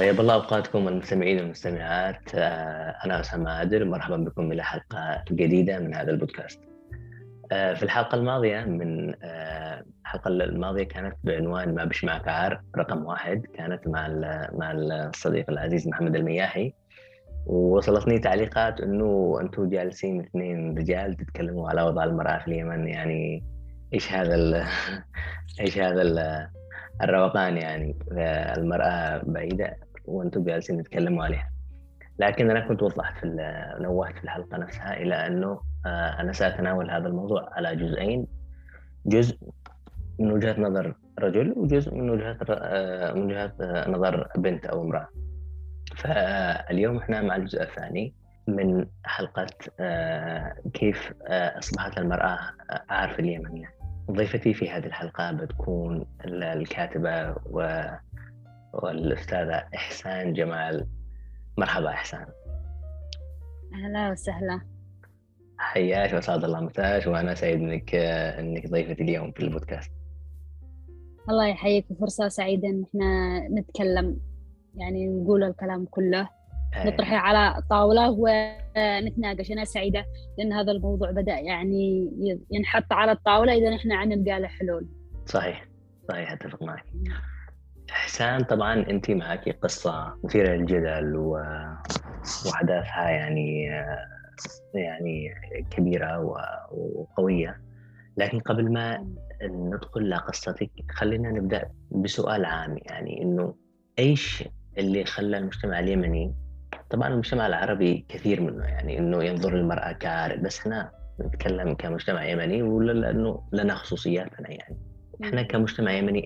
طيب الله أوقاتكم المستمعين والمستمعات، أنا أسامة عادل، مرحبا بكم إلى حلقة جديدة من هذا البودكاست. في الحلقة الماضية الحلقة الماضية كانت بعنوان ما بش معك عار رقم واحد، كانت مع الصديق العزيز محمد المياحي. ووصلتني تعليقات إنه أنتم جالسين اثنين رجال تتكلموا على وضع المرأة في اليمن، يعني إيش هذا إيش هذا الروقان، يعني المرأة بعيدة وأنتم جالسين تتكلموا عليها. لكن أنا كنت نوهت في الحلقة نفسها إلى أنه أنا سأتناول هذا الموضوع على جزئين: جزء من وجهة نظر رجل، وجزء من وجهة نظر بنت أو امرأة. فاليوم إحنا مع الجزء الثاني من حلقة كيف أصبحت المرأة عار في اليمن. يعني ضيفتي في هذه الحلقة بتكون الكاتبة والأستاذة إحسان جمال. مرحبا إحسان. أهلا وسهلا. حياك وسعد الله مساك، وأنا سعيد إنك ضيفتي اليوم في البودكاست. الله يحييك، وفرصة سعيدة إن إحنا نتكلم، يعني نقول الكلام كله، نطرحه على طاولة ونتناقش. أنا سعيدة لأن هذا الموضوع بدأ يعني ينحط على الطاولة إذا إحنا نلقى له حلول. صحيح أتفق معك. إحسان، طبعا أنت معك قصة مثيرة للجدل وأحداثها يعني كبيرة وقوية. لكن قبل ما ندخل لقصتك خلينا نبدأ بسؤال عام، يعني إنه إيش اللي خلى المجتمع اليمني، طبعا المجتمع العربي كثير منه، يعني إنه ينظر للمرأة كعارض، بس إحنا نتكلم كمجتمع يمني ولا لأنه لنا خصوصياتنا. يعني إحنا كمجتمع يمني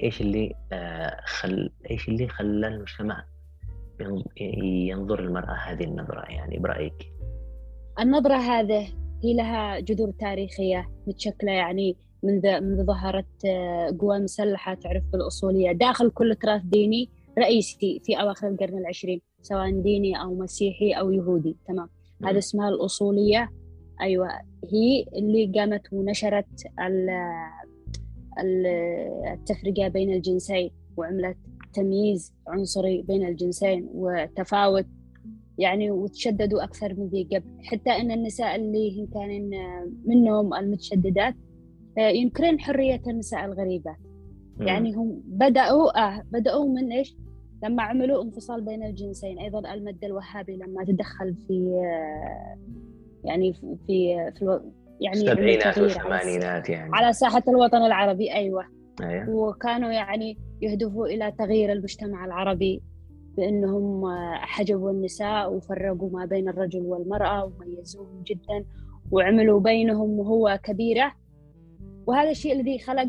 إيش اللي خلى المجتمع ينظر للمرأة هذه النظرة، يعني برأيك؟ النظرة هذه هي لها جذور تاريخية متشكلة، يعني منذ ظهرت قوى مسلحة تعرف بالأصولية داخل كل تراث ديني رئيسي في أواخر القرن العشرين، سواء ديني أو مسيحي أو يهودي. تمام. هذا اسمها الأصولية. أيوة، هي اللي قامت ونشرت التفرقة بين الجنسين، وعملت تمييز عنصري بين الجنسين وتفاوت، يعني وتشددوا أكثر من ذي قبل، حتى أن النساء اللي كان منهم المتشددات ينكرون حرية النساء الغريبات. يعني هم بدأوا من إيش؟ لما عملوا انفصال بين الجنسين. أيضا المد الوهابي لما تدخل في يعني في يعني السبعينات والثمانينات، يعني على ساحة الوطن العربي. أيوة. أيوة. وكانوا يعني يهدفوا إلى تغيير المجتمع العربي بأنهم حجبوا النساء وفرقوا ما بين الرجل والمرأة وميزوهم جدا وعملوا بينهم وهو كبيرة. وهذا الشيء الذي خلق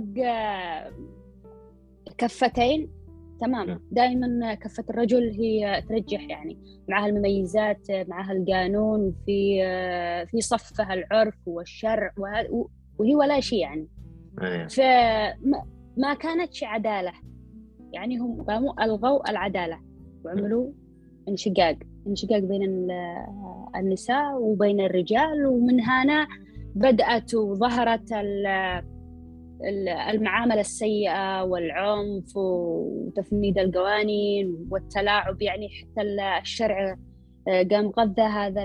كفتين. تمام. دائما كفة الرجل هي ترجح، يعني معها المميزات، معها القانون، في صفها العرف والشرع، وهي ولا شيء يعني. فما كانتش عدالة، يعني هم قاموا ألغوا العدالة وعملوا انشقاق بين النساء وبين الرجال. ومن هنا بدأت وظهرت المعاملة السيئة والعنف وتفنيد القوانين والتلاعب، يعني حتى الشرع قام غذى هذا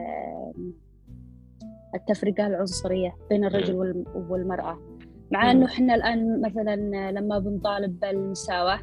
التفرقة العنصرية بين الرجل والمرأة. مع أنه إحنا الآن مثلا لما بنطالب بالمساواة،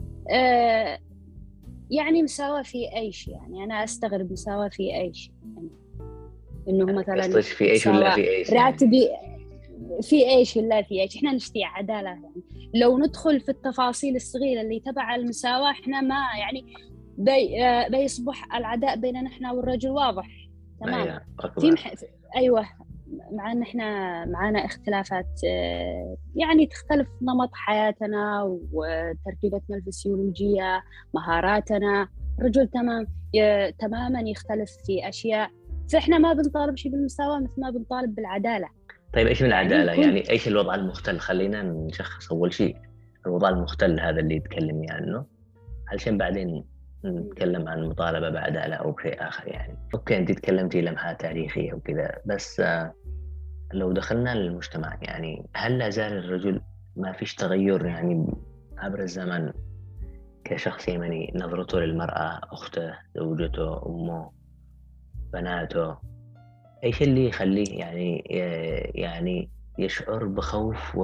يعني مساواة في أي شيء، يعني أنا أستغرب مساواة في أي شيء، يعني إنه مثلا في إيش ولا في إيش، راتبي في إيش ولا في إيش. إحنا نشتي عدالة، يعني لو ندخل في التفاصيل الصغيرة اللي تبع المساواة إحنا ما يعني بيصبح العداء بيننا إحنا والرجل واضح. تمام. أيوة، مع أن إحنا معنا اختلافات، يعني تختلف نمط حياتنا وتركيبتنا الفسيولوجية، مهاراتنا. الرجل تماما يختلف في أشياء، فإحنا ما بنطالب شيء بالمساواة مثل ما بنطالب بالعدالة. طيب إيش من العدالة؟ يعني إيش الوضع المختل؟ خلينا نشخص أول شيء الوضع المختل هذا اللي تكلمي عنه، علشان بعدين نتكلم عن مطالبة بعدالة أو شيء آخر. يعني أوكي، أنت تكلمتي لمحة تاريخية وكذا، بس لو دخلنا للمجتمع، يعني هل لا زال الرجل ما فيش تغير يعني عبر الزمن كشخص يمني نظرته للمرأة، أخته، زوجته، أمه، بناته، إيش اللي يخليه يعني يشعر بخوف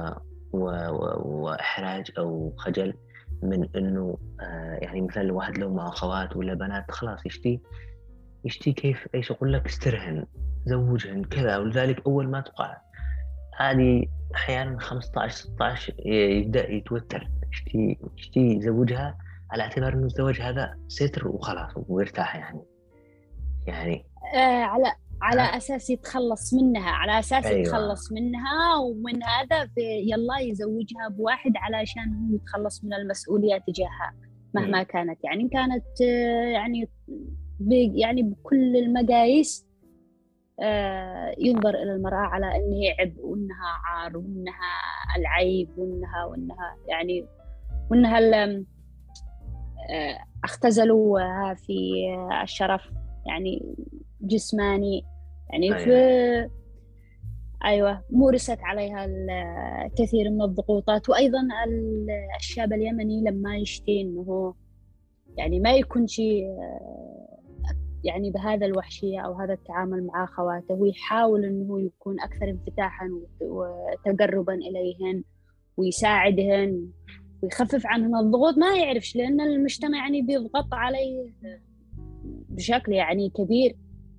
وإحراج أو خجل من إنه يعني مثلا الواحد لو مع أخوات ولا بنات خلاص يشتي كيف إيش أقول لك استرهن، زوجهن كذا، ولذلك أول ما تقع هذه أحيانا 15 16 يبدأ يتوتر، يشتي يزوجها على اعتبار إنه الزواج هذا ستر وخلاص ويرتاح يعني على ها. أساس يتخلص منها، على أساس أيوة. يتخلص منها ومن هذا يلا يزوجها بواحد علشان هو يتخلص من المسؤولية تجاهها مهما كانت، يعني كانت يعني يعني بكل المقاييس ينظر إلى المرأة على أنها عبء وأنها عار وأنها العيب وأنها يعني وأنها اختزلوها في الشرف يعني جسماني، يعني في أيوة. أيوة مورست عليها الكثير من الضغوطات. وأيضا الشاب اليمني لما يشتي أنه يعني ما يكون شيء يعني بهذا الوحشية أو هذا التعامل مع أخواته، ويحاول أنه يكون أكثر انفتاحا وتقربا إليهن ويساعدهن ويخفف عنهن الضغوط، ما يعرفش لأن المجتمع يعني بيضغط عليه بشكل يعني كبير.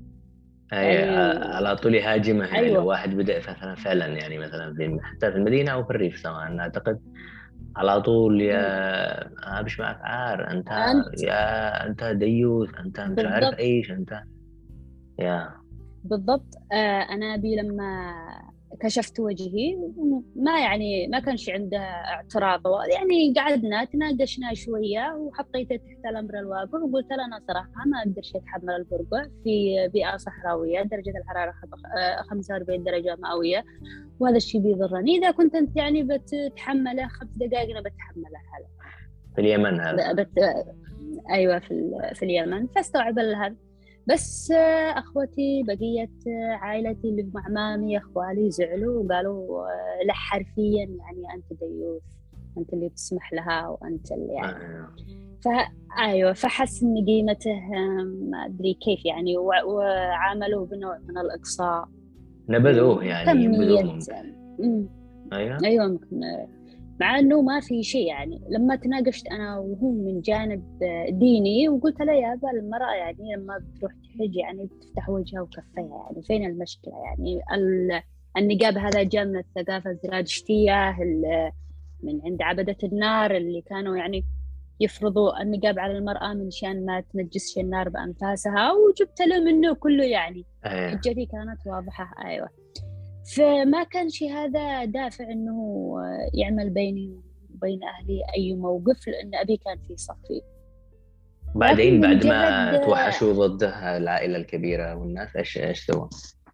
أي يعني على طول يهاجمه، يعني لو أيوة واحد بدأ مثلا فعلا يعني مثلا حتى في المدينة أو في الريف سواء، أعتقد على طول يا مش معك عار أنت، أنت يا أنت ديوث، أنت مش عارف بالضبط إيش أنت. يا بالضبط. أنا أبي لما كشفت وجهي ما يعني ما كانش عنده اعتراض، يعني قعدنا تناقشنا شوية وحطيته تحت الأمر الواقع وقلت له أنا صراحة ما أقدرش أتحمل البرقع في بيئة صحراوية درجة الحرارة 45 درجة مئوية، وهذا الشيء بيضرني. إذا كنت أنت يعني بتتحمله 5 دقائق أنا بتحمله هذا في اليمن هذا. أيوة في اليمن. فاستوعب هذا. بس أخوتي بقية عائلتي اللي مع مامي أخوالي زعلوا وقالوا لا حرفيا يعني أنت ديوث، أنت اللي بتسمح لها وأنت اللي يعني أيوة. فحس إن قيمته ما أدري كيف يعني، وعاملوه بنوع من الإقصاء نبذوه يعني ينبذوه وكمية ممكن. أيوة. أيوة ممكن. مع انه ما في شيء، يعني لما تناقشت انا وهو من جانب ديني وقلت له يا ابا المرأة يعني لما بتروح تحج يعني بتفتح وجهها وكفيها، يعني فين المشكلة؟ يعني النقاب هذا جاء من الثقافة الزرادشتية من عند عبدة النار اللي كانوا يعني يفرضوا النقاب على المرأة من شان ما تنجسش النار بأنفاسها، وجبت له منه كله يعني. أيوة. حجتي كانت واضحة. أيوة. فما كان شيء هذا دافع إنه يعمل بيني وبين أهلي أي موقف، لأن أبي كان في صفي. بعدين لكن بعد بمجرد ما توحشوا ضده العائلة الكبيرة والناس، إيش سووا؟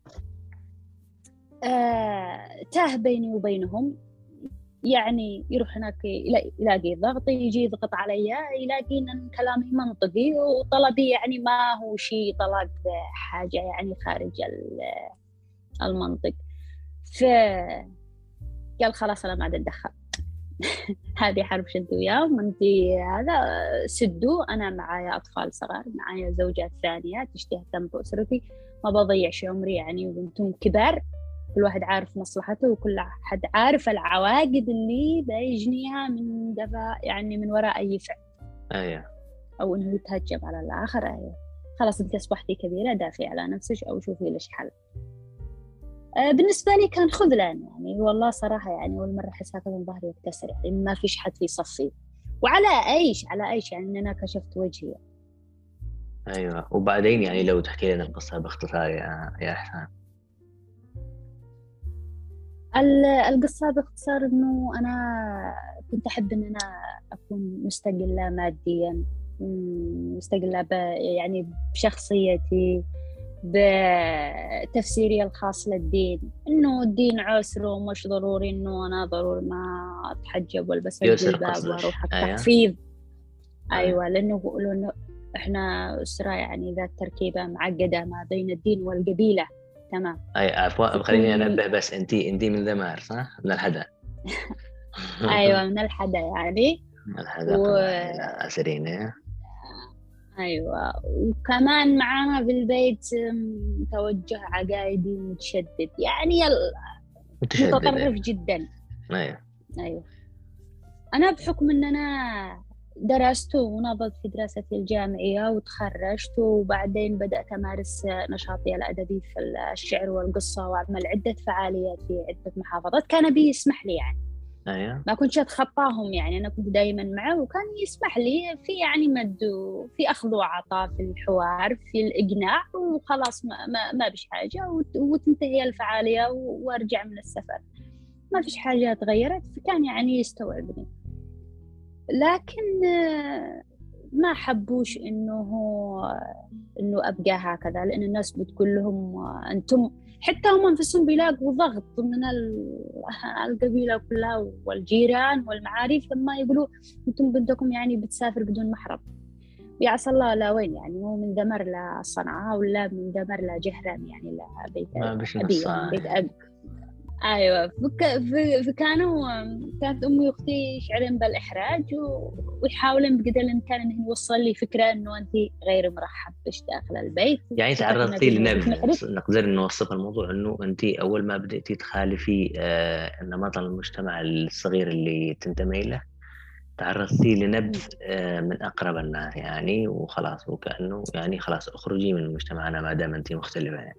تاه بيني وبينهم، يعني يروح هناك يلاقي ضغط، يجي يضغط علي، يلاقي إن كلامي منطقي وطلبي يعني ما هو شيء طلب حاجة يعني خارج المنطق. قال خلاص أنا ما عاد أتدخل. هذه حرب شد وياهم، انت هذا سدوا، انا معايا اطفال صغار، معايا زوجات ثانيه تشتي اهتم باسرتي، ما بضيعش عمري يعني وانتم كبار، كل واحد عارف مصلحته وكل حد عارف العواقب اللي بيجنيها من دفع يعني من وراء اي فعل. أيوة. او انه يتهجم على الاخر. أيوة. خلاص انت اصبحتي كبيره، دافعي على نفسك او شوفي لك حل. بالنسبة لي كان خذلان يعني، والله صراحة يعني أول مرة أحس هكذا من ظهري يتكسر، يعني ما فيش حد في صفي، وعلى أيش يعني إن أنا كشفت وجهي. أيوة. وبعدين يعني لو تحكي لنا القصة باختصار يا إحسان. القصة باختصار إنه أنا كنت أحب إن أنا أكون مستقلة ماديا، مستقلة يعني بشخصيتي، بتفسيري الخاص للدين، إنه الدين عسر ومش ضروري إنه أنا ضروري ما أتحجب والبس يسر الجلباب قصدك. وأروح أيوة. التحفيظ. أيوة. أيوة. لأنه إحنا أسرة يعني ذات تركيبة معقدة ما بين الدين والقبيلة. تمام. أي عفوا خليني فكل أنبه بس، أنتي من ذمار صح؟ من الحدا. أيوة من الحدا يعني. الحدائق العسرية. أيوة، وكمان معانا في البيت توجه عقائدي متشدد، يعني متطرف جدا. أيوة. أنا بحكم أن أنا درست ونضلت في دراستي الجامعية وتخرجت، وبعدين بدأت أمارس نشاطي الأدبي في الشعر والقصة، وأعمل عدة فعاليات في عدة محافظات. كان بي يسمح لي يعني ما كنتش أتخطاهم، يعني أنا كنت دائما معه وكان يسمح لي في يعني مد وفي أخذ وعطاء في الحوار في الإقناع، وخلاص ما بش حاجة وتنتهي الفعالية وأرجع من السفر، ما فيش حاجة تغيرت، فكان يعني يستوعبني. لكن ما حبوش إنه أبقى هكذا، لأن الناس بتقول لهم أنتم، حتى هم أنفسهم بيلاقوا ضغط من القبيلة كلها والجيران والمعارف لما يقولوا أنتم بنتكم يعني بتسافر بدون محرم. يعصى الله لا وين، يعني هو من دمر لصنعاء ولا من دمر لجهرم، يعني لبيت أبي، يعني بيت أبي. أيوة. كانت أمي وأختي يشعرن بالإحراج ويحاولن بقدر الإمكان إنه يوصل لي فكرة إنه أنت غير مرحب بش داخل البيت. يعني تعرضتي لنبذ، نقدر نوصف الموضوع إنه أنت أول ما بدأتي تخالفي نمط المجتمع الصغير اللي تنتمي له، تعرضتي لنبذ من أقرب الناس يعني، وخلاص وكأنه يعني خلاص اخرجي من مجتمعنا ما دام أنت مختلفة يعني.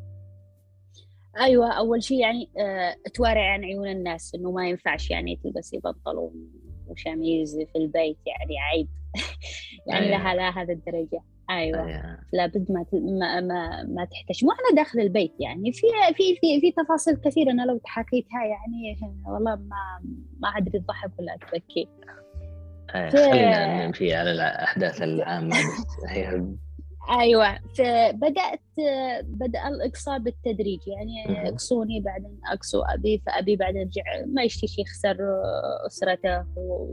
أيوة، أول شيء يعني تواري عن عيون الناس إنه ما ينفعش يعني تلبسي بنطلون وشميز في البيت، يعني عيب. يعني أيوة. لها هذا الدرجة. أيوة. لابد ما تحتشم وأنا داخل البيت، يعني في تفاصيل كثيرة أنا لو تحكيتها يعني والله ما أدري تضحك ولا تبكي. خلينا نمشي على الأحداث العامة بس. أيوة. بدأ الإقصاء بالتدريج، يعني أقصوني بعدين أقصوا أبي، فأبي بعدين رجع ما يشتي يخسر أسرته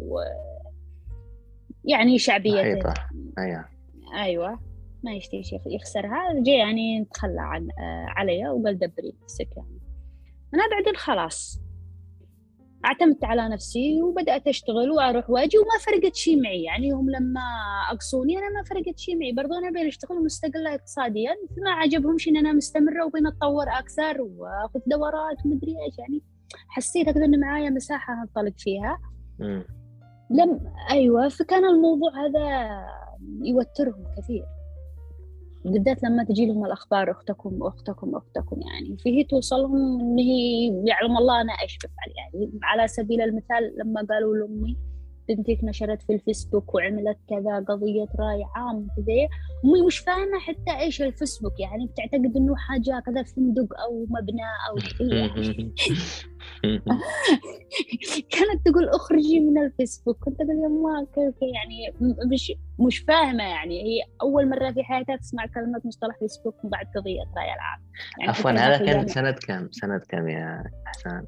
يعني شعبيته. أيوة، ما يشتي يخسرها، رجع يعني تخلى عليا وقال دبري نفسك. يعني أنا بعدين خلاص اعتمدت على نفسي وبدأت أشتغل وأروح واجي وما فرقت شيء معي، يعني هم لما أقصوني أنا ما فرقت شيء معي، برضو أنا بين أشتغل مستقلة اقتصاديا، فما عجبهمش إن أنا مستمرة وبين أتطور أكثر وأخذ دورات ومدري إيش، يعني حسيت أكثر إن معايا مساحة أنطلق فيها. أيوة، فكان الموضوع هذا يوترهم كثير، بالذات لما تجي لهم الأخبار أختكم، يعني فيه توصلهم إنه يعلم الله أنا إيش بفعل. يعني على سبيل المثال لما قالوا لأمي بنتك نشرت في الفيسبوك وعملت كذا قضية رأي عام كذا، أمي مش فاهمة حتى إيش الفيسبوك، يعني بتعتقد إنه حاجة كذا فندق أو مبنى أو كذا يعني. كانت تقول اخرجي من الفيسبوك، كنت اقول يما يعني مش فاهمه، يعني هي اول مره في حياتها تسمع كلمه مصطلح فيسبوك من بعد قضيه راي العام. يعني عفوا، هذا كان سنه كم يا احسان؟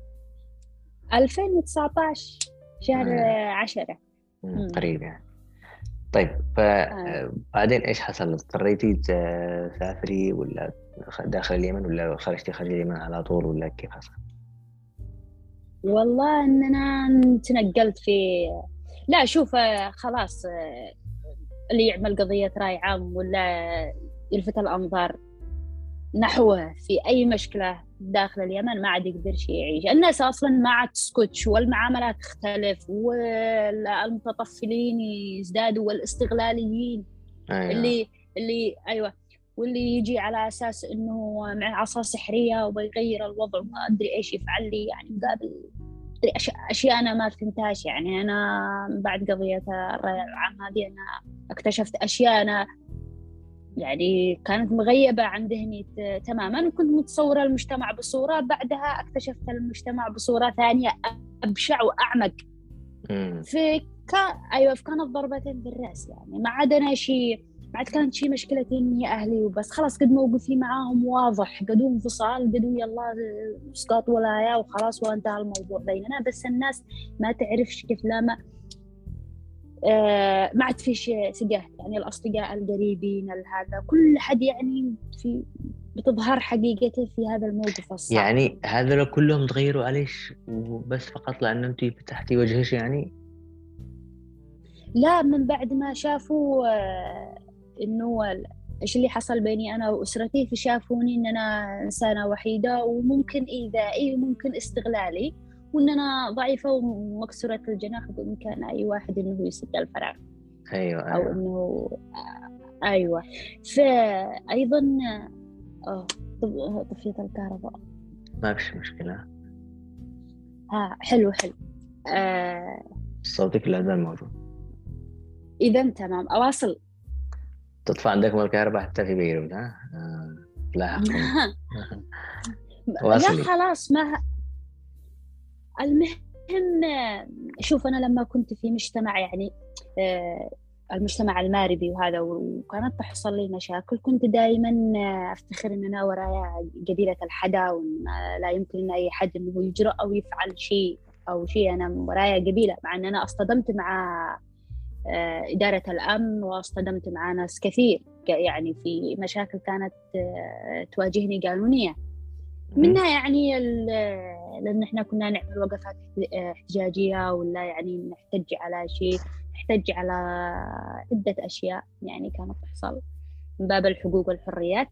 2019 شهر 10. قريب يعني. طيب بعدين ايش حصل؟ اضطريتي تسافري ولا داخل اليمن ولا خرجتي خارج اليمن على طول ولا كيف حصل؟ والله أننا تنقلت في، لا شوف خلاص اللي يعمل قضية رأي عام ولا يلفت الأنظار نحوه في أي مشكلة داخل اليمن ما عاد يقدر شيء يعيش. الناس أصلا ما عاد تسكتش والمعاملات تختلف والمتطفلين يزدادوا والاستغلاليين. أيوة. اللي أيوة، واللي يجي على أساس إنه مع عصا سحرية وبيغير الوضع وما أدري إيش يفعل لي، يعني مقابل أشياء أنا ما فهمتهاش. يعني أنا بعد قضية الرأي العام هذه أنا اكتشفت أشياء أنا يعني كانت مغيبة عن ذهني تماما، وكنت متصورة المجتمع بصورة، بعدها اكتشفت المجتمع بصورة ثانية أبشع وأعمق. أيوة، كانت ضربتين بالرأس، يعني ما عاد شيء، ما عاد كانت شيء مشكلتي إني أهلي وبس، خلاص قد موقفي معاهم واضح، قدوا انفصال، قدوا يلا اسقاط ولاية وخلاص وانتهى الموضوع بيننا. بس الناس ما تعرفش كيف لما ما عاد فيش ثقة، يعني الأصدقاء القريبين هذا كل حد يعني بتظهر حقيقته في هذا الموقف الصعب. يعني هذا كلهم تغيروا عليش وبس فقط لأن أنتي فتحتي وجهش يعني؟ لا، من بعد ما شافوا إنه إيش اللي حصل بيني أنا وأسرتي، فشافوني إن أنا إنسانة وحيدة وممكن إيذائي وممكن استغلالي، وإن أنا ضعيفة ومكسورة الجناح، بإمكان أي واحد إنه يسد الفراغ. ايوه أو ايوه. إنه أيوة. فأيضا طفيت الكهرباء. ما فيش مشكله. حلو حلو. آه صوتك لا زال موجود. إذا تمام، أواصل. تطفى عندكم الكهرباء حتى في بيروت؟ ها لاحقين. لا واصلي. خلاص، ما المهم. شوف، أنا لما كنت في مجتمع يعني المجتمع المغربي وهذا، وكانت تحصل لي مشاكل، كنت دائما أفتخر إن أنا ورايا قبيلة الحدا، وإن لا يمكن أن أي حد إنه يجرأ أو يفعل شيء أو شيء. أنا ورايا قبيلة، مع أن أنا اصطدمت مع إدارة الأمن، واصطدمت مع ناس كثير يعني في مشاكل كانت تواجهني قانونية منها، يعني لأن إحنا كنا نعمل وقفات احتجاجية، ولا يعني نحتج على شيء، نحتج على عدة أشياء يعني كانت تحصل من باب الحقوق والحريات.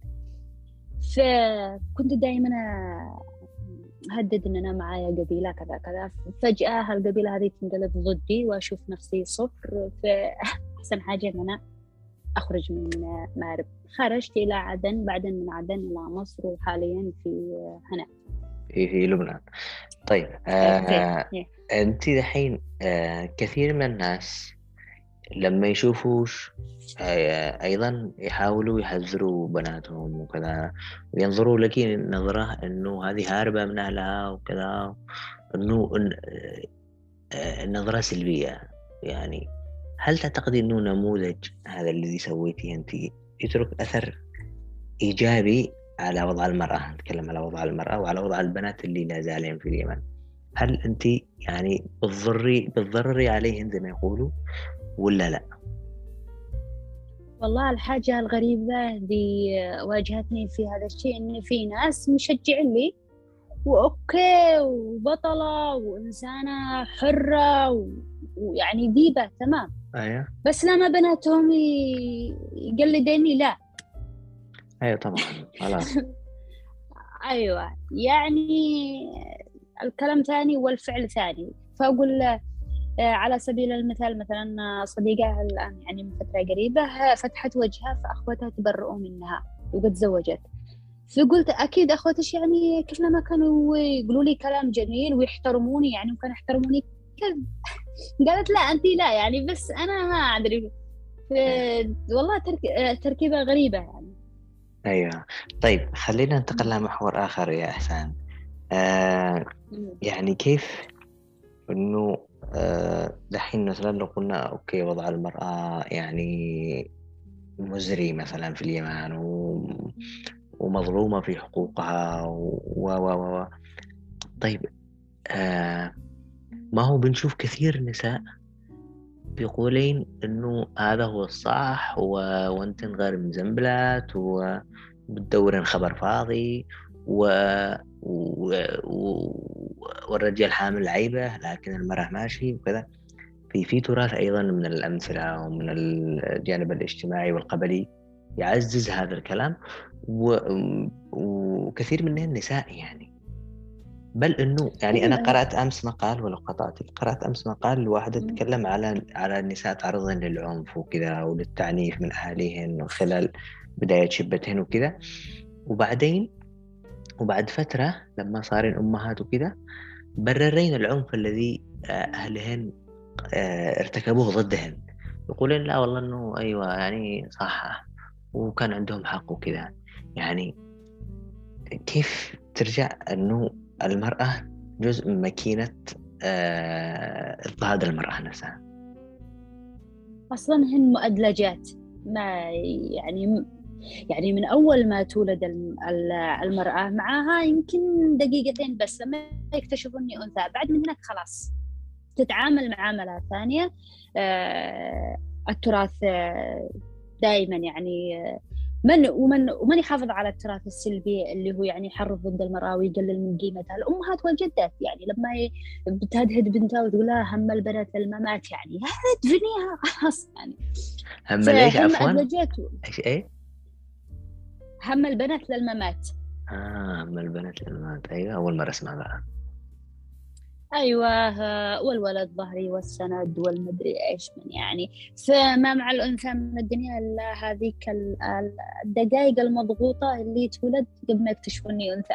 فكنت دائما أهدد إن أنا معايا قبيلة كذا كذا، فجأة هالقبيلة هذه تنقلب ضدي وأشوف نفسي صفر. فأحسن حاجة إن أنا أخرج من مأرب. خرجت إلى عدن، بعدين من عدن إلى مصر، وحاليا في هنا في لبنان. طيب أوكي. أنت دحين كثير من الناس لما يشوفوش أيضا يحاولوا يحذروا بناتهم وكذا، وينظروا لك نظرة إنه هذه هاربة من أهلها وكذا، إنه النظرة سلبية يعني. هل تعتقدي إنه نموذج هذا الذي سويتيه أنت يترك أثر إيجابي على وضع المرأة؟ نتكلم على وضع المرأة وعلى وضع البنات اللي لا زالين في اليمن. هل أنت يعني بتضرري عليهن زي ما يقولوا ولا لا؟ والله الحاجة الغريبة اللي واجهتني في هذا الشيء إن في ناس مشجعين لي، وأوكي، وبطلة وإنسانة حرة ويعني ديبة تمام. أيوة بس لما بناتهم يقلديني، لا. أيوة طبعا خلاص. أيوة، يعني الكلام ثاني والفعل ثاني. فأقول على سبيل المثال، مثلا صديقة الآن يعني من فترة قريبة فتحت وجهها، فأخوتها تبرؤوا منها وقد تزوجت. فقلت أكيد أخوتش يعني كلما كانوا يقولوا لي كلام جميل ويحترموني، يعني وكانوا يحترموني كذب. قالت لا أنتي لا، يعني بس أنا ما أدري. والله تركيبة غريبة يعني. أيوة. طيب خلينا ننتقل لمحور آخر يا إحسان. يعني كيف إنه دحين مثلا لو قلنا أوكي وضع المرأة يعني مزري مثلا في اليمن ومظلومة في حقوقها و طيب ما هو بنشوف كثير نساء بيقولين إنه هذا هو الصح وانتن غير مزنبلات وبتدورين خبر فاضي و... والرجال حامل عيبة لكن المرأة ماشي وكذا. في تراث أيضا من الأمثلة ومن الجانب الاجتماعي والقبلي يعزز هذا الكلام وكثير منه النساء يعني. بل انه يعني انا قرات امس مقال، ولو قرات امس مقال لواحده تتكلم على النساء تعرضن للعنف وكذا وللتعنيف من اهاليهن خلال بدايه شبتهن وكذا، وبعد فتره لما صارين امهات وكذا بررين العنف الذي اهلهن ارتكبوه ضدهن، يقولين لا والله انه ايوه يعني صح وكان عندهم حق وكذا. يعني كيف ترجع انه المرأة جزء من ماكينة اضطهاد المرأة نفسها؟ أصلاً هن مؤدلجات، ما يعني من أول ما تولد المرأة معها يمكن دقيقتين بس لما يكتشفوا إني أنثى، بعد من هناك خلاص تتعامل معاملة ثانية. التراث دائما يعني ومن يحافظ على التراث السلبي اللي هو يعني يحرض ضد المرأة ويقلل من قيمتها؟ الأمهات والجدات. يعني لما بتهدهد بنتها وتقول لها هم البنات للممات، يعني هذا تفنيها خلاص يعني. هم ليش فهم عفوا؟ أدلجت ايش ايه؟ هم البنات للممات. هم البنات للممات، ايوه اول مرة اسمع بقى. أيوة. والولد ظهري والسند والمدري إيش من يعني. فما مع الأنثى من الدنيا إلا هذيك الدقائق المضغوطة اللي تولد قبل ما يكتشفوا إني أنثى.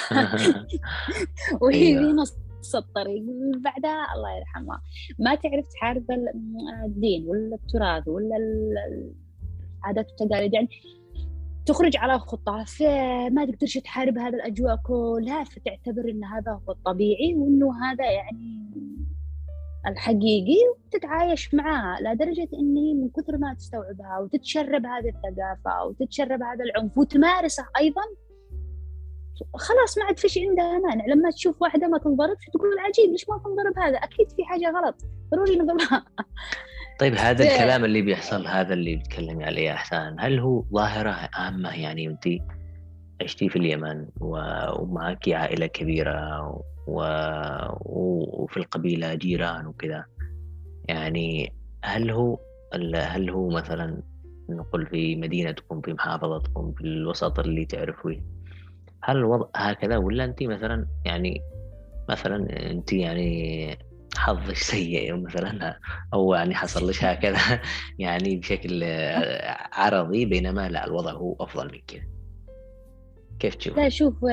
وهي في ايوه. نص الطريق بعدها الله يرحمها ما تعرف تحارب الدين ولا التراث ولا العادات والتقاليد، يعني تخرج على خطة، فما تقدرش تحارب هذا الأجواء كلها، فتعتبر إن هذا هو الطبيعي وإنه هذا يعني الحقيقي، وتتعايش معها لدرجة إني من كثر ما تستوعبها وتتشرب هذه الثقافة وتتشرب هذا العنف وتمارسه أيضا، خلاص ما عاد فيش عندها مانع. لما تشوف واحدة ما تنضرب تقول عجيب ليش ما تنضرب، هذا أكيد في حاجة غلط، ضروري نضربها. طيب هذا الكلام اللي بيحصل، هذا اللي بتكلمي عليه يا أحسان، هل هو ظاهرة عامة؟ يعني أنت عشتي في اليمن ومعك عائلة كبيرة وفي القبيلة جيران وكذا، يعني هل هو مثلا نقول في مدينتكم في محافظتكم في الوسط اللي تعرفيه، هل الوضع هكذا ولا أنت مثلا يعني مثلا أنت يعني حظك سيء مثلا، أو يعني حصل لك هكذا يعني بشكل عرضي، بينما لا الوضع هو أفضل من كذا، كيف لا تشوفي؟ شوف،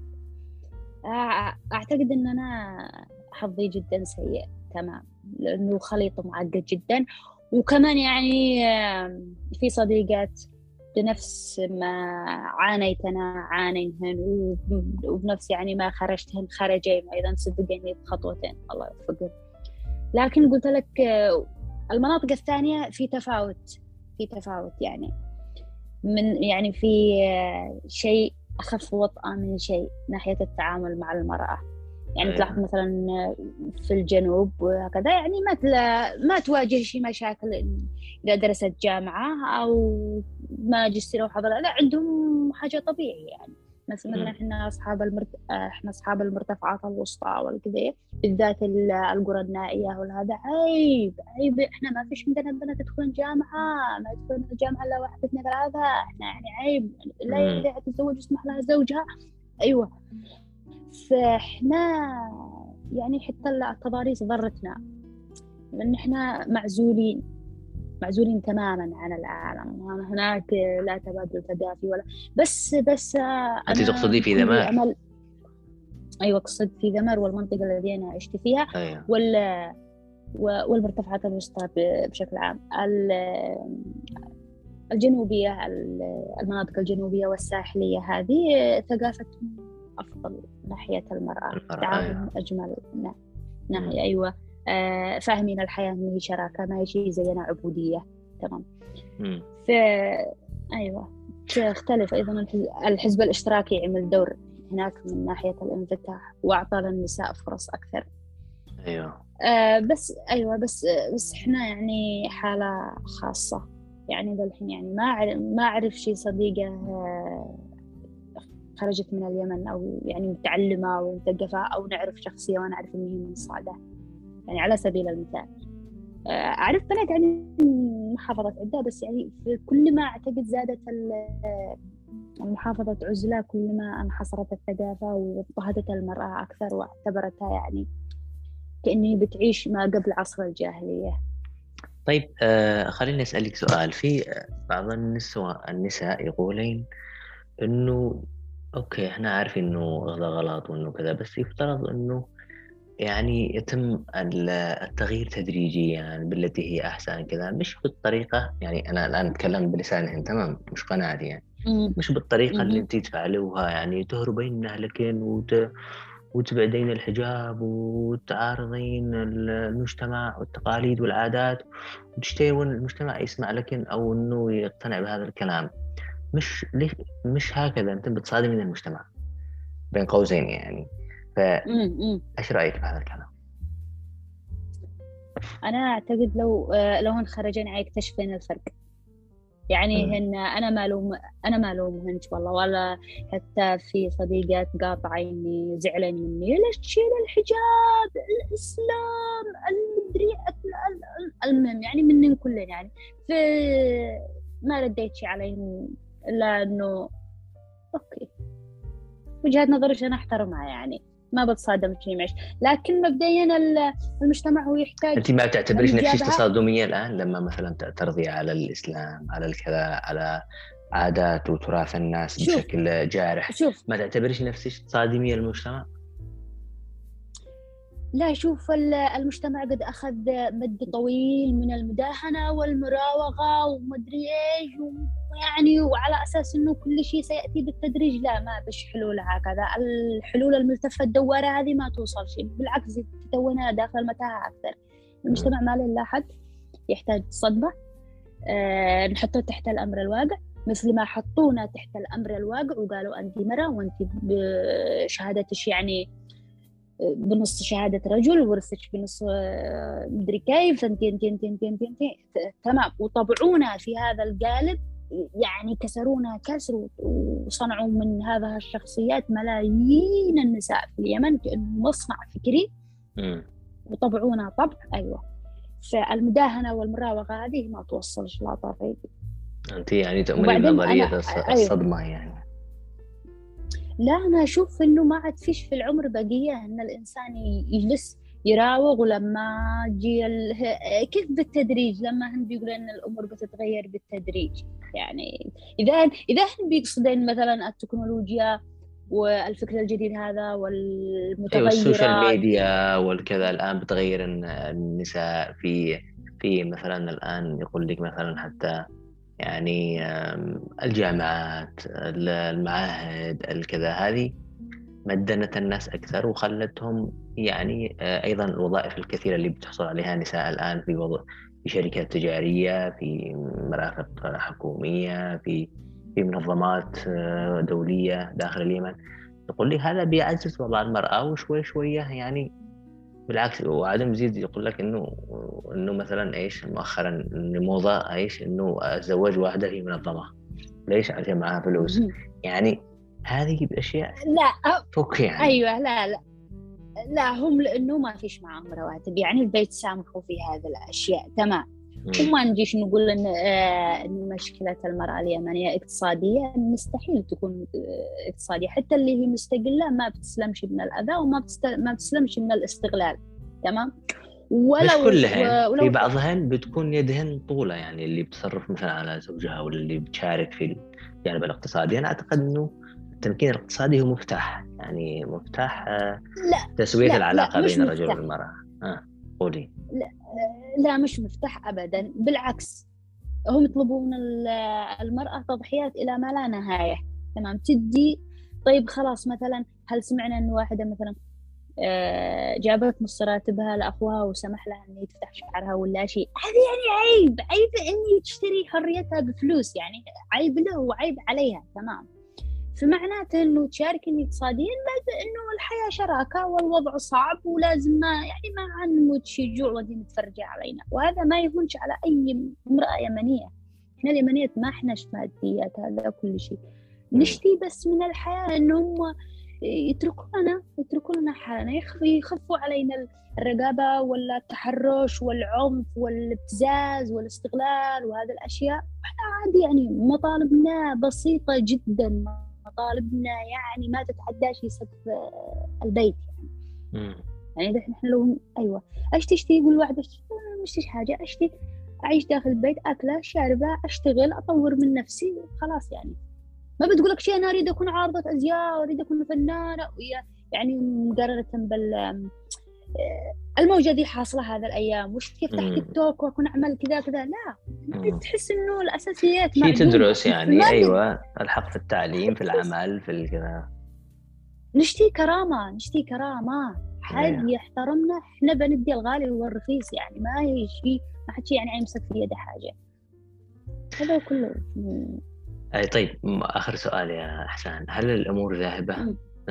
أعتقد أن أنا حظي جدا سيء، تمام، لأنه خليط معقد جدا. وكمان يعني في صديقات بنفس ما عانيت أنا عانيهن، وبنفس يعني ما خرجتهن خرجين أيضا سبقني بخطوتين الله يوفقهم. لكن قلت لك المناطق الثانية في تفاوت، يعني يعني في شيء أخف وطأة من شيء ناحية التعامل مع المرأة. يعني تلاحظ مثلا في الجنوب وهكذا يعني ما تواجه شيء مشاكل إذا درست جامعة أو ماجستير أو حضر، لا عندهم حاجة طبيعية يعني. مثلا احنا أصحاب المرتفعات الوسطى والكذا، بالذات القرى النائية والهذا، عيب احنا ما فيش عندنا بنات تدخلن جامعة، ما يدخلن الجامعة إلا 1 2 3، احنا يعني عيب لا إذا تتزوج اسمح لها زوجها. أيوة. فاحنا يعني حتى التضاريس ضرتنا، لأن احنا معزولين تماما عن العالم. هناك لا تبادل ثقافي ولا بس أنت أنا تقصدي في كل ذمار؟ أمل. أيوة أقصد في ذمار والمنطقة التي أنا عشت فيها، أيوة. والمرتفعات الوسطى بشكل عام، الجنوبية، المناطق الجنوبية والساحلية، هذه ثقافتهم أفضل ناحية المرأة، تعامل أيوة. أجمل ناحية. أيوة. فاهمين الحياة إن هي شراكة، ما هي شيء زينا عبودية. تمام. أيوة. تختلف أيضا الحزب الاشتراكي عمل دور هناك من ناحية الانفتاح وأعطى للنساء فرص أكثر. أيوة. بس إحنا يعني حالة خاصة يعني للحين، يعني ما أعرف شي صديقة خرجت من اليمن أو يعني متعلمة ومثقفة، أو نعرف شخصية وأنا أعرف إن هي من الصعدة. يعني على سبيل المثال أعرف بنات يعني من محافظة عدة، بس يعني في كل ما أعتقد زادت محافظة عزلة كل ما انحصرت الثقافة واضطهدت المرأة أكثر، واعتبرتها يعني كأني بتعيش ما قبل عصر الجاهلية. طيب خليني أسألك سؤال. في بعض النساء يقولين إنه أوكي إحنا عارفين إنه هذا غلط وإنه كذا، بس يفترض إنه يعني يتم التغيير تدريجيا يعني بالتي هي أحسن كذا، مش بالطريقة، يعني أنا الآن أتكلم بلسانهن تمام، مش قناعتي يعني، مش بالطريقة اللي أنت تفعلوها، يعني تهربين من أهلكين وتبعدين الحجاب وتعارضين المجتمع والتقاليد والعادات وتشتهين المجتمع يسمع لكن أو إنه يقتنع بهذا الكلام. مش هكذا أنت بتصادمين المجتمع بين قوسين يعني. فإيش رأيك في هذا الكلام؟ أنا أعتقد لو انخرجنا يكتشفين الفرق. يعني هن أنا ما ألومهن والله، ولا حتى في صديقات قاطعيني زعلين مني ليش تشيل الحجاب الإسلام المدري المهم يعني منن كلن يعني. ما رديت شي عليهم إلا إنه أوكي وجهة نظري أنا أحترمها يعني، ما بتصادم شيء معش. لكن مبدئيا المجتمع هو يحتاج. أنت ما تعتبريش نفسك تصادمية الآن لما مثلا تعترضي على الإسلام، على الكذا، على عادات وتراث الناس بشكل جارح؟ ما تعتبريش نفسك تصادمية المجتمع؟ لا شوف، المجتمع قد أخذ مد طويل من المداهنة والمراوغة ومدري إيش يعني، وعلى أساس إنه كل شيء سيأتي بالتدريج. لا، ما بش حلول هكذا. الحلول الملتفة الدوارة هذه ما توصل شيء، بالعكس تتونها داخل المتاهة أكثر. المجتمع ما له حد، يحتاج صدمة نحطه تحت الأمر الواقع، مثل ما حطونا تحت الأمر الواقع وقالوا أنت مرة وأنت بشهادتش يعني بنص شهادة رجل ورثتك بنص مدري كيف انت تمام، وطبعونا في هذا القالب يعني، كسرونا كسر وصنعوا من هذا الشخصيات ملايين النساء في اليمن كأنه مصنع فكري وطبعونا طبع. أيوة، فالمداهنة والمراوغة هذه ما توصلش لا طريق. أنت يعني تؤمنين بنظرية الصدمة يعني؟ لا، أنا أشوف إنه ما عاد فيش في العمر بقية إن الإنسان يجلس يراوغ، ولما جي كيف بالتدريج، لما هم بيقولوا إن الأمور بتتغير بالتدريج يعني. إذا هم بيقصدين مثلا التكنولوجيا والفكر الجديد هذا والمتغيرات والسوشيال ميديا والكذا الآن بتغير النساء في مثلا الآن يقول لك مثلا حتى يعني الجامعات، المعاهد، الكذا، هذه مدنت الناس أكثر وخلتهم يعني أيضا الوظائف الكثيرة اللي بتحصل عليها نساء الآن في شركات تجارية، في مرافق حكومية، في منظمات دولية داخل اليمن. يقول لي هذا بيعزز وضع المرأة، وشوي شوية يعني بالعكس. وعدم يزيد يقول لك انه مثلا ايش مؤخرا الموضة ايش انه اتزوج واحدة في منظمة، ليش؟ عشان معها فلوس يعني. هذه اشياء لا فك يعني. ايوه، لا هم لانه ما فيش معهم رواتب يعني، البيت سامحوا في هذه الاشياء تمام. وما نجيش نقول ان مشكلة المرأة اليمنية اقتصادية، مستحيل تكون اقتصادية. حتى اللي هي مستقلة ما بتسلمش من الأذى وما بتسلمش من الاستغلال، تمام. مش كلهن، في بعضهن بتكون يدهن طولة يعني، اللي بتصرف مثلا على زوجها ولا اللي بتشارك في الجانب الاقتصادي. أنا أعتقد إنه التمكين الاقتصادي هو مفتاح يعني، مفتاح تسوية العلاقة بين الرجل والمرأة. قولي. لا مش مفتاح أبدا، بالعكس هم يطلبون من المرأة تضحيات إلى ما لا نهاية، تمام. تدي طيب خلاص، مثلا هل سمعنا أن واحدة مثلا جابت نص راتبها لأخوها وسمح لها أن تفتح شعرها ولا شيء؟ هذا يعني عيب أن تشتري حريتها بفلوس يعني، عيب له وعيب عليها، تمام. فمعناته أنه تشاركني اقتصاديا، بس أنه الحياة شراكة والوضع صعب ولازم ما نموت شي جوع ودي متفرجة علينا، وهذا ما يهونش على أي امرأة يمنية. إحنا اليمنيات ما إحناش ماديات، هذا كل شيء نشتي بس من الحياة أنهم يتركونا حالنا، يخفوا علينا الرقابة ولا التحرش والعنف والابتزاز والاستغلال وهذه الأشياء. إحنا عادي يعني، مطالبنا بسيطة جدا، مطالبنا يعني ما تتعداش سقف البيت يعني نحن لو أيوة أيش تشتي؟ يقول واحدة مش حاجة، أشتي أعيش داخل البيت، أكله شاربة، أشتغل، أطور من نفسي، خلاص يعني. ما بتقولك شيء أنا أريد أكون عارضة أزياء، أريد أكون فنانة يعني مقارنة الموجة دي حاصلة هذا الأيام، وش كيف تحت تيك توك وأكون أعمل كذا كذا. لا، تحس إنه الأساسيات شيء تدرس يعني. أيوة، الحق في التعليم، في العمل، في الكذا. نشتي كرامة حد يحترمنا، إحنا بندي الغالي والرخيص يعني، ما هي شيء ما حد شيء يعني يمسك في يده حاجة. هذا كله. طيب، آخر سؤال يا أحسان، هل الأمور ذاهبة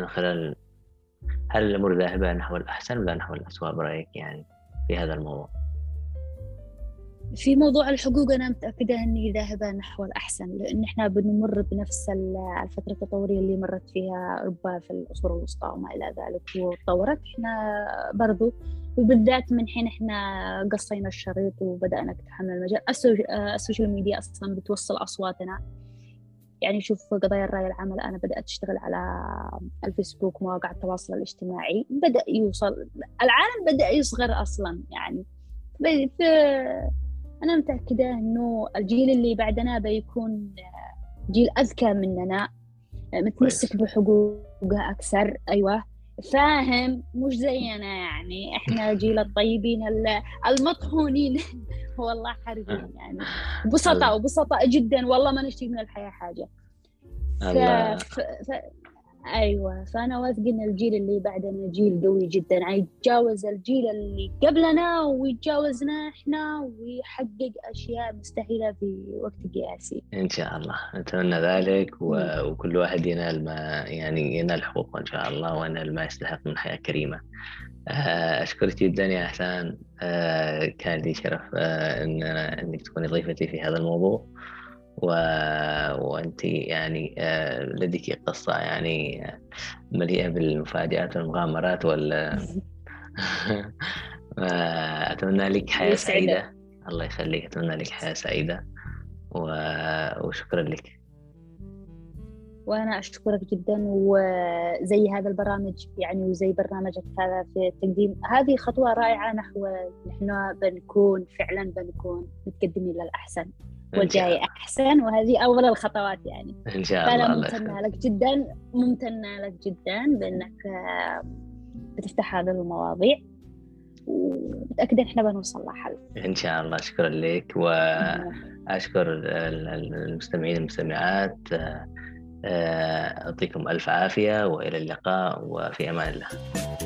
هل الأمور ذاهبة نحو الأحسن ولا نحو الأسوأ برأيك يعني في هذا الموضوع؟ في موضوع الحقوق أنا متأكدة أني ذاهبة نحو الأحسن، لأن إحنا بنمر بنفس الفترة التطورية اللي مرت فيها أوروبا في العصور الوسطى وما إلى ذلك، وتطورت إحنا برضو، وبالذات من حين إحنا قصينا الشريط وبدأنا نقتحم المجال. السوشيال ميديا أصلا بتوصل أصواتنا. يعني شوف قضايا الرأي العام الآن بدأت تشتغل على الفيسبوك ومواقع التواصل الاجتماعي، بدأ يوصل العالم، بدأ يصغر أصلا. يعني أنا متأكدة إنه الجيل اللي بعدنا بيكون جيل أذكى مننا، متمسك بحقوقه أكثر. أيوة فاهم، مش زينا. يعني إحنا جيل الطيبين المطحونين والله حرفيا، يعني بسطاء جدا، والله ما نشتكي من الحياة حاجة. أيوة، فأنا واثقة إن الجيل اللي بعدنا جيل قوي جدا، يتجاوز الجيل اللي قبلنا ويتجاوزنا إحنا ويحقق أشياء مستحيلة في وقت قياسي إن شاء الله. نتمنى ذلك، وكل واحد ينال ما يعني ينال حقوقه إن شاء الله، وينال ما يستحق من حياة كريمة. أشكرك جدا يا أحسان، كان لي شرف إنك تكوني ضيفتي في هذا الموضوع، وأنت يعني لديك قصة يعني مليئة بالمفاجآت والمغامرات أتمنى لك حياة سعيدة. الله يخليك، أتمنى لك حياة سعيدة، وشكرا لك. وأنا أشكرك جدا، وزي هذا البرامج يعني، وزي برنامجك هذا في التقديم، هذه خطوة رائعة نحو نحن بنكون متقدمين للأحسن والجاي أحسن، وهذه أول الخطوات يعني. إن شاء الله. فأنا ممتنة لك جدا بأنك بتفتح هذه المواضيع، ومتأكدة إحنا بنوصل لحل إن شاء الله. شكرا لك، وأشكر المستمعين والمستمعات. أعطيكم ألف عافية، وإلى اللقاء، وفي أمان الله.